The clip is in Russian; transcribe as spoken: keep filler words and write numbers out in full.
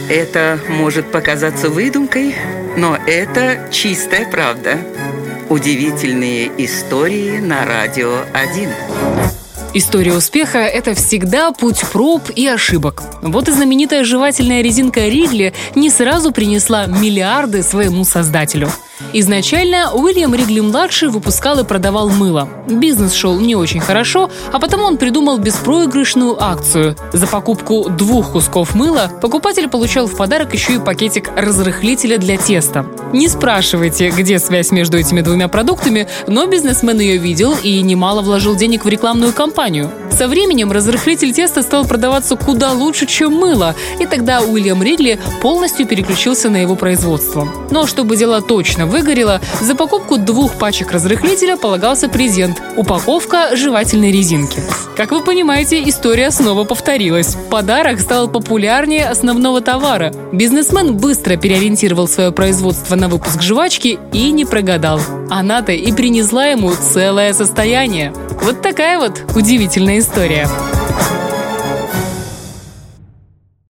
Это может показаться выдумкой, но это чистая правда. Удивительные истории на Радио один. История успеха – это всегда путь проб и ошибок. Вот и знаменитая жевательная резинка Ригли не сразу принесла миллиарды своему создателю. Изначально Уильям Ригли-младший выпускал и продавал мыло. Бизнес шел не очень хорошо, а потому он придумал беспроигрышную акцию. За покупку двух кусков мыла покупатель получал в подарок еще и пакетик разрыхлителя для теста. Не спрашивайте, где связь между этими двумя продуктами, но бизнесмен ее видел и немало вложил денег в рекламную кампанию. Со временем разрыхлитель теста стал продаваться куда лучше, чем мыло, и тогда Уильям Ригли полностью переключился на его производство. Но чтобы дело точно выгорело, за покупку двух пачек разрыхлителя полагался презент – упаковка жевательной резинки. Как вы понимаете, история снова повторилась. Подарок стал популярнее основного товара. Бизнесмен быстро переориентировал свое производство на выпуск жвачки и не прогадал. Она-то и принесла ему целое состояние. Вот такая вот удивительная история.